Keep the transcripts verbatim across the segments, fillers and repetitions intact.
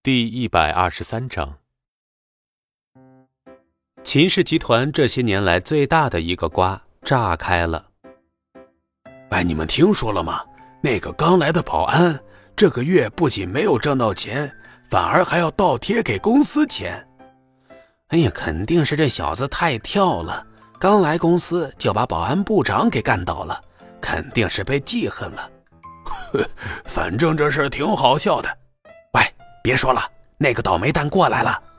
第一百二十三章，秦氏集团这些年来最大的一个瓜炸开了。 哎，你们听说了吗？那个刚来的保安，这个月不仅没有挣到钱，反而还要倒贴给公司钱。 哎呀，肯定是这小子太跳了，刚来公司就把保安部长给干倒了，肯定是被记恨了。 反正这事挺好笑的。 喂，别说了，那个倒霉蛋过来了。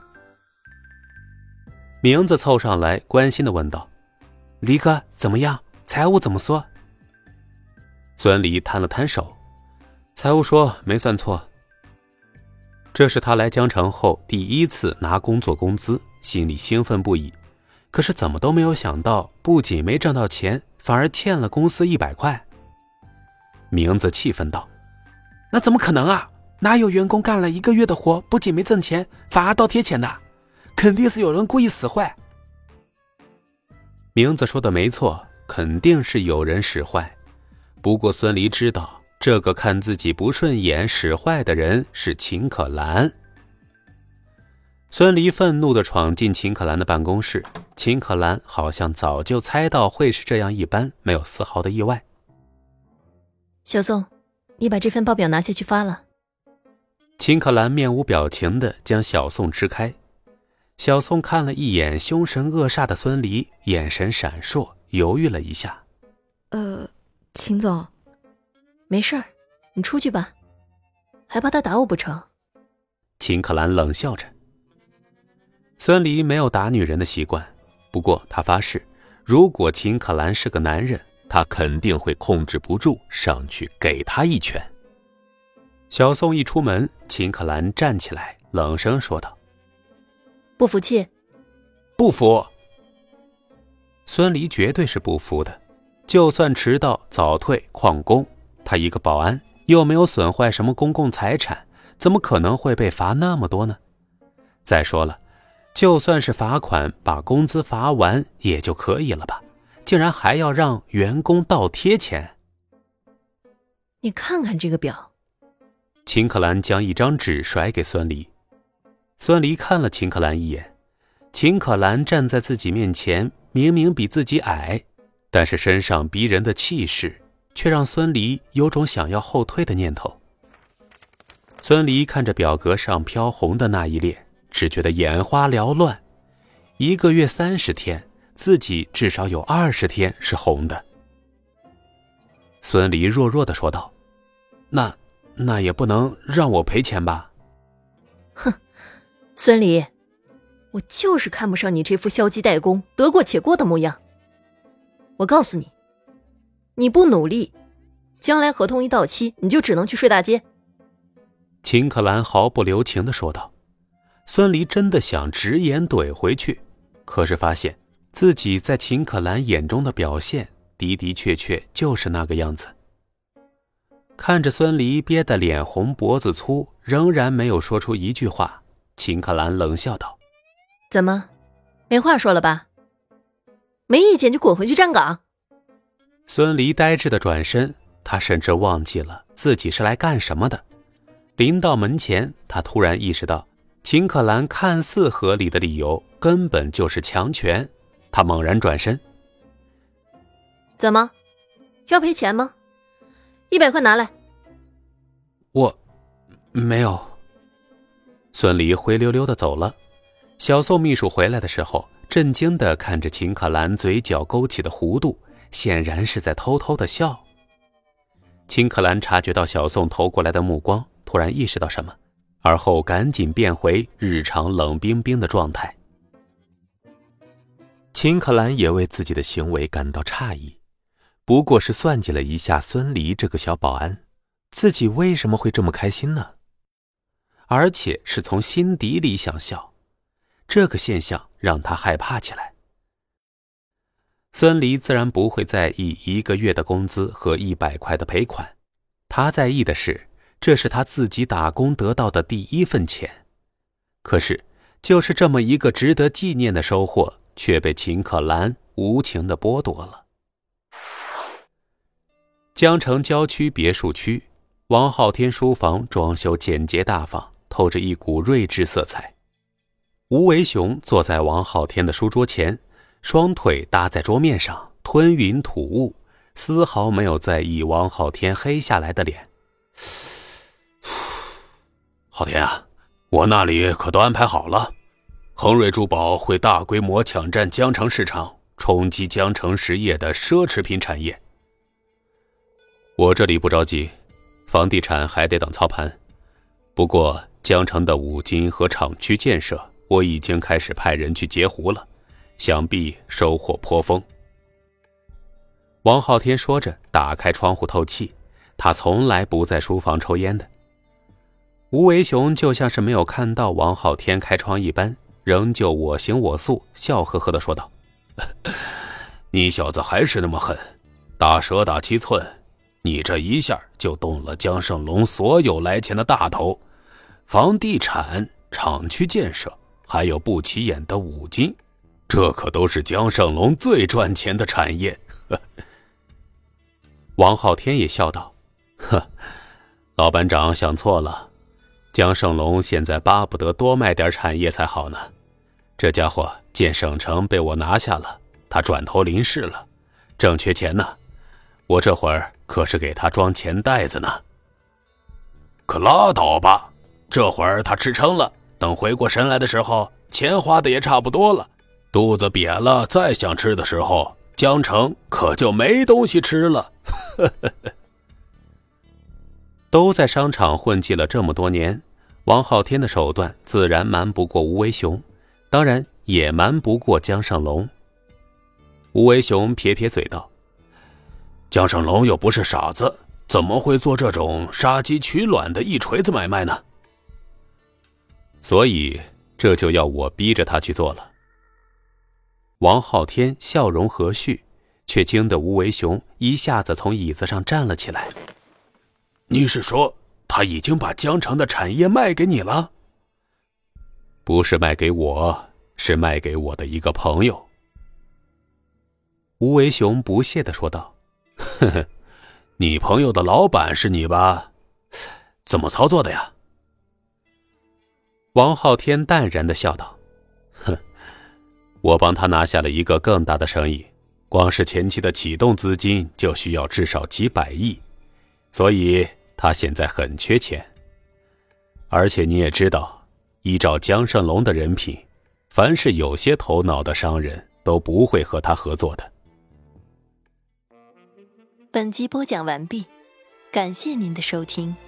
名字凑上来关心地问道： 黎哥怎么样？财务怎么说？ 孙离摊了摊手，财务说没算错。这是他来江城后第一次拿工作工资，心里兴奋不已，可是怎么都没有想到，不仅没挣到钱，反而欠了公司一百块。名字气愤道： 那怎么可能啊？哪有员工干了一个月的活，不仅没挣钱，反而倒贴钱的？肯定是有人故意使坏。 名字说的没错，肯定是有人使坏。不过孙离知道，这个看自己不顺眼使坏的人是秦可兰。孙离愤怒地闯进秦可兰的办公室，秦可兰好像早就猜到会是这样一般，没有丝毫的意外。 小宋，你把这份报表拿下去发了。 秦可兰面无表情地将小宋支开。小宋看了一眼凶神恶煞的孙离，眼神闪烁，犹豫了一下。 呃，秦总， 没事儿，你出去吧，还怕他打我不成？ 秦可兰冷笑着。孙离没有打女人的习惯，不过他发誓，如果秦可兰是个男人，他肯定会控制不住，上去给他一拳。小宋一出门，秦可兰站起来，冷声说道： 不服气？ 不服。 孙离绝对是不服的，就算迟到早退旷工，他一个保安又没有损坏什么公共财产，怎么可能会被罚那么多呢？再说了，就算是罚款把工资罚完也就可以了吧，竟然还要让员工倒贴钱。 你看看这个表。 秦可兰将一张纸甩给孙离。孙离看了秦可兰一眼，秦可兰站在自己面前，明明比自己矮，但是身上逼人的气势却让孙离有种想要后退的念头。孙离看着表格上飘红的那一列，只觉得眼花缭乱。一个月三十天，自己至少有二十天是红的。孙离弱弱地说道：那那也不能让我赔钱吧？ 哼，孙离，我就是看不上你这副消极怠工、得过且过的模样。我告诉你，你不努力，将来合同一到期，你就只能去睡大街。 秦可兰毫不留情地说道。孙离真的想直言怼回去，可是发现自己在秦可兰眼中的表现的的确确就是那个样子。看着孙离憋得脸红脖子粗，仍然没有说出一句话，秦可兰冷笑道： 怎么，没话说了吧？没意见就滚回去站岗。 孙离呆滞地转身，他甚至忘记了自己是来干什么的。临到门前，他突然意识到秦可兰看似合理的理由根本就是强权，他猛然转身。 怎么，要赔钱吗？一百块拿来。 我没有。孙离灰溜溜地走了。小宋秘书回来的时候，震惊地看着秦可兰嘴角勾起的弧度，显然是在偷偷地笑。秦可兰察觉到小宋投过来的目光，突然意识到什么，而后赶紧变回日常冷冰冰的状态。秦可兰也为自己的行为感到诧异，不过是算计了一下孙离这个小保安，自己为什么会这么开心呢？而且是从心底里想笑，这个现象让他害怕起来。孙离自然不会在意一个月的工资和一百块的赔款，他在意的是，这是他自己打工得到的第一份钱。可是，就是这么一个值得纪念的收获，却被秦可兰无情地剥夺了。江城郊区别墅区，王昊天书房装修简洁大方， 透着一股睿智色彩。吴为雄坐在王昊天的书桌前，双腿搭在桌面上，吞云吐雾，丝毫没有在意王昊天黑下来的脸。 昊天啊，我那里可都安排好了，恒瑞珠宝会大规模抢占江城市场，冲击江城实业的奢侈品产业。 我这里不着急，房地产还得等操盘。不过江城的五金和厂区建设，我已经开始派人去截胡了，想必收获颇丰。王昊天说着，打开窗户透气，他从来不在书房抽烟的。吴为雄就像是没有看到王昊天开窗一般，仍旧我行我素，笑呵呵地说道： 你小子还是那么狠，打蛇打七寸，你这一下就动了江胜龙所有来钱的大头，房地产、厂区建设，还有不起眼的五金，这可都是江胜龙最赚钱的产业。 王昊天也笑道：呵，老班长想错了，江胜龙现在巴不得多卖点产业才好呢。这家伙见省城被我拿下了，他转头临市了，正缺钱呢，我这会儿可是给他装钱袋子呢。 可拉倒吧，这会儿他吃撑了，等回过神来的时候，钱花的也差不多了，肚子瘪了，再想吃的时候，江城可就没东西吃了。 都在商场混迹了这么多年，王昊天的手段自然瞒不过吴为雄，当然也瞒不过江胜龙。吴为雄撇撇嘴道： 江胜龙又不是傻子，怎么会做这种杀鸡取卵的一锤子买卖呢？ 所以这就要我逼着他去做了。王昊天笑容和煦，却惊得吴为雄一下子从椅子上站了起来。 你是说他已经把江城的产业卖给你了？ 不是卖给我，是卖给我的一个朋友。吴为雄不屑地说道： 呵呵，你朋友的老板是你吧？怎么操作的呀？ 王昊天淡然地笑道：哼，我帮他拿下了一个更大的生意，光是前期的启动资金就需要至少几百亿，所以他现在很缺钱。而且你也知道，依照江胜龙的人品，凡是有些头脑的商人都不会和他合作的。 本集播讲完毕，感谢您的收听。